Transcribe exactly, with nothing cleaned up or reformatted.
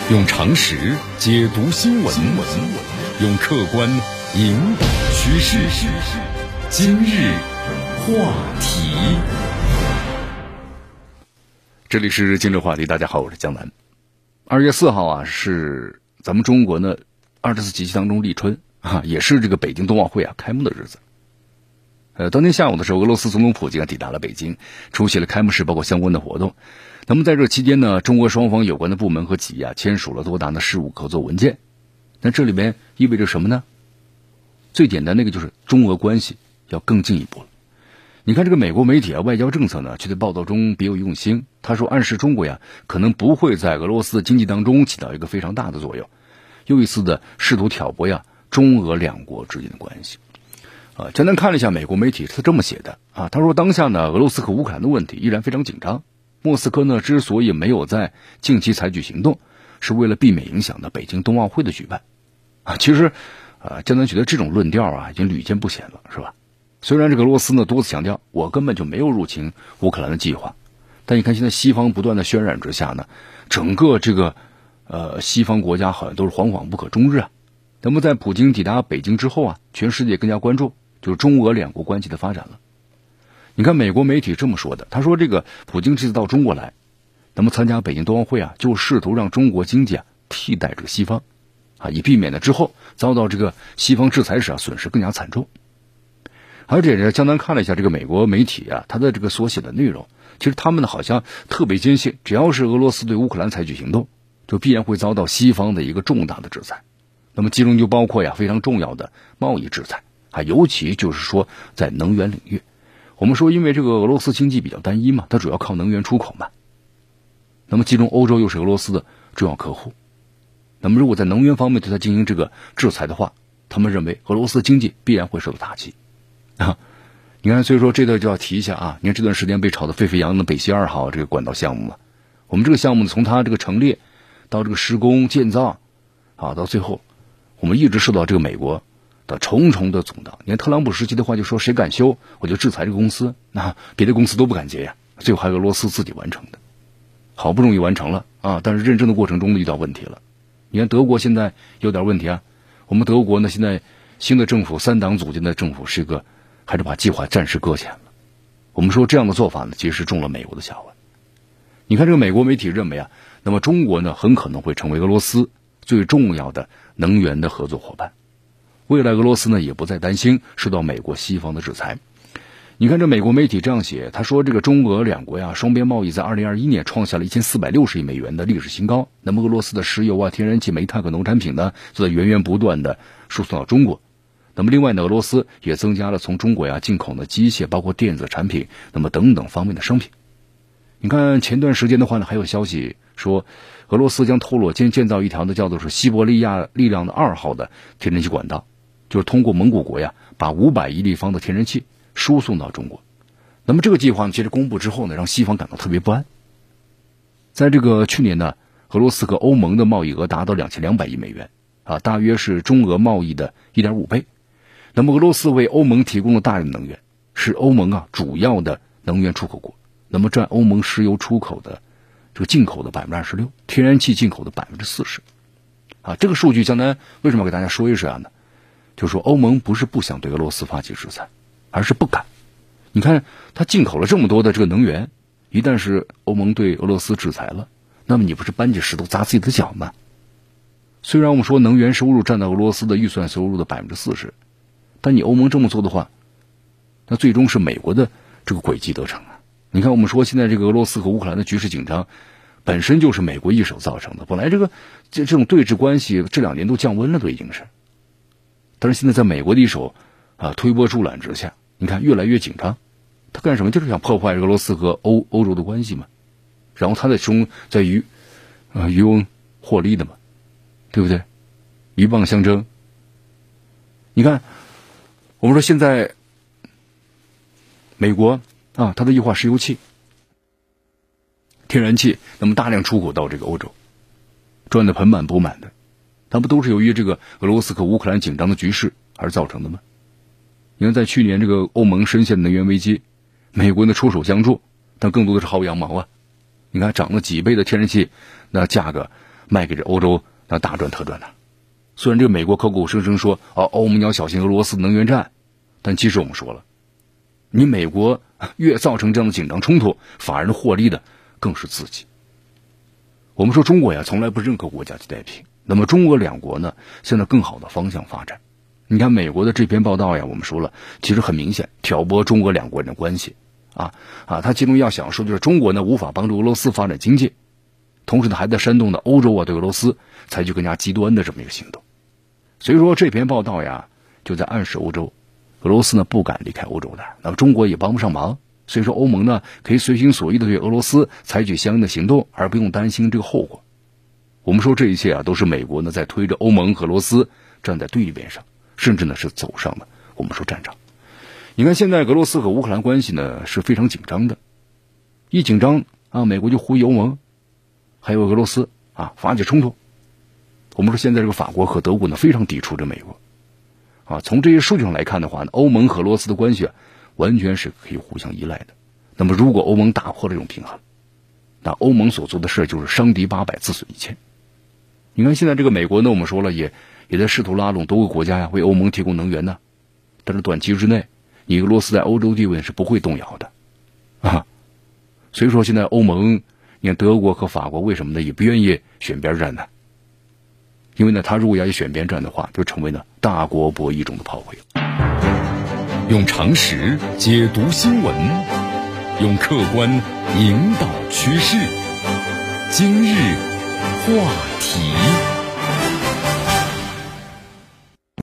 用常识解读新闻，用客观引导趋势。今日话题，这里是今日话题。大家好，我是江南。二月四号啊，是咱们中国呢二十四节气当中立春啊，也是这个北京冬奥会啊开幕的日子。呃，当天下午的时候，俄罗斯总统普京啊抵达了北京，出席了开幕式包括相关的活动。那么在这期间呢，中国双方有关的部门和企业啊签署了多达的事务合作文件。那这里面意味着什么呢？最简单那个就是中俄关系要更进一步了。你看这个美国媒体啊，外交政策呢，却在报道中别有用心。他说暗示中国呀，可能不会在俄罗斯的经济当中起到一个非常大的作用，又一次的试图挑拨呀中俄两国之间的关系。啊，简单看了一下美国媒体是这么写的啊，他说当下呢，俄罗斯和乌克兰的问题依然非常紧张。莫斯科呢之所以没有在近期采取行动，是为了避免影响到北京冬奥会的举办。啊，其实，呃，江南觉得这种论调啊，已经屡见不鲜了，是吧？虽然这个俄罗斯呢多次强调，我根本就没有入侵乌克兰的计划，但你看现在西方不断的渲染之下呢，整个这个呃西方国家好像都是惶惶不可终日啊。那么在普京抵达北京之后啊，全世界更加关注就是中俄两国关系的发展了。你看美国媒体这么说的，他说这个普京这次到中国来，那么参加北京冬奥会啊，就试图让中国经济啊替代这个西方啊，以避免呢之后遭到这个西方制裁时啊损失更加惨重。而且呢，江南看了一下这个美国媒体啊，他的这个所写的内容，其实他们呢好像特别坚信，只要是俄罗斯对乌克兰采取行动，就必然会遭到西方的一个重大的制裁。那么其中就包括呀非常重要的贸易制裁啊，尤其就是说在能源领域。我们说因为这个俄罗斯经济比较单一嘛，它主要靠能源出口嘛。那么其中欧洲又是俄罗斯的重要客户。那么如果在能源方面对它进行这个制裁的话，他们认为俄罗斯经济必然会受到打击啊。你看，所以说这段就要提一下啊，你看这段时间被炒得沸沸扬扬的北溪二号这个管道项目嘛，我们这个项目从它这个成立到这个施工建造啊，到最后我们一直受到这个美国的重重的阻挡。你看特朗普时期的话就说谁敢修我就制裁这个公司，那别的公司都不敢接呀，最后还有俄罗斯自己完成的，好不容易完成了啊，但是认证的过程中遇到问题了。你看德国现在有点问题啊，我们德国呢现在新的政府三党组建的政府是一个还是把计划暂时搁浅了。我们说这样的做法呢其实是中了美国的下怀。你看这个美国媒体认为啊，那么中国呢很可能会成为俄罗斯最重要的能源的合作伙伴。未来俄罗斯呢也不再担心受到美国西方的制裁。你看这美国媒体这样写，他说这个中俄两国呀双边贸易在二零二一年创下了一千四百六十亿美元的历史新高。那么俄罗斯的石油啊、天然气、煤炭和农产品呢就在源源不断的输送到中国。那么另外呢，俄罗斯也增加了从中国呀进口的机械，包括电子产品，那么等等方面的商品。你看前段时间的话呢，还有消息说俄罗斯将透露建建造一条呢叫做是西伯利亚力量的二号的天然气管道，就是通过蒙古国呀把五百亿立方的天然气输送到中国。那么这个计划呢其实公布之后呢，让西方感到特别不安。在这个去年呢，俄罗斯和欧盟的贸易额达到两千两百亿美元啊，大约是中俄贸易的 一点五倍。那么俄罗斯为欧盟提供了大量能源，是欧盟啊主要的能源出口国，那么占欧盟石油出口的这个进口的 百分之二十六， 天然气进口的 百分之四十。 啊，这个数据江南为什么要给大家说一说呢？就是说欧盟不是不想对俄罗斯发起制裁，而是不敢。你看它进口了这么多的这个能源，一旦是欧盟对俄罗斯制裁了，那么你不是搬起石头砸自己的脚吗？虽然我们说能源收入占到俄罗斯的预算收入的 百分之四十，但你欧盟这么做的话，那最终是美国的这个诡计得逞啊。你看我们说现在这个俄罗斯和乌克兰的局势紧张，本身就是美国一手造成的。本来这个这这种对峙关系这两年都降温了，都已经是，但是现在在美国的一手啊推波助澜之下，你看越来越紧张。他干什么？就是想破坏俄罗斯和欧欧洲的关系嘛，然后他在中在渔啊渔翁获利的嘛，对不对？鹬蚌相争。你看我们说现在美国啊，它的液化石油气、天然气，那么大量出口到这个欧洲，赚得盆满钵满的，它不都是由于这个俄罗斯和乌克兰紧张的局势而造成的吗？因为在去年这个欧盟深陷能源危机，美国呢出手相助，但更多的是薅羊毛啊。你看涨了几倍的天然气，那价格卖给这欧洲，那大赚特赚的。虽然这个美国口口声声说哦，欧盟要小心俄罗斯能源战，但其实我们说了，你美国越造成这样的紧张冲突，反而获利的更是自己。我们说中国呀，从来不认可国家级带平。那么中俄两国呢，现在更好的方向发展。你看美国的这篇报道呀，我们说了，其实很明显挑拨中俄两国人的关系啊啊！他其中要想说就是中国呢无法帮助俄罗斯发展经济，同时呢还在煽动的欧洲啊对俄罗斯采取更加极端的这么一个行动。所以说这篇报道呀，就在暗示欧洲，俄罗斯呢不敢离开欧洲的，那么中国也帮不上忙。所以说欧盟呢可以随心所欲的对俄罗斯采取相应的行动，而不用担心这个后果。我们说这一切啊，都是美国呢在推着欧盟和俄罗斯站在对立面上，甚至呢是走上了我们说战场。你看现在俄罗斯和乌克兰关系呢是非常紧张的，一紧张啊，美国就呼吁欧盟还有俄罗斯啊发起冲突。我们说现在这个法国和德国呢非常抵触着美国啊，从这些数据上来看的话呢，欧盟和俄罗斯的关系啊完全是可以互相依赖的。那么如果欧盟打破了这种平衡，那欧盟所做的事就是伤敌八百自损一千。你看现在这个美国呢，我们说了也也在试图拉拢多个国家呀，为欧盟提供能源呢。但是短期之内，你俄罗斯在欧洲地位是不会动摇的啊。所以说现在欧盟，你看德国和法国为什么呢也不愿意选边站呢？因为呢，他如果要选边站的话，就成为了大国博弈中的炮灰。 用常识解读新闻，用客观引导趋势。今日话题。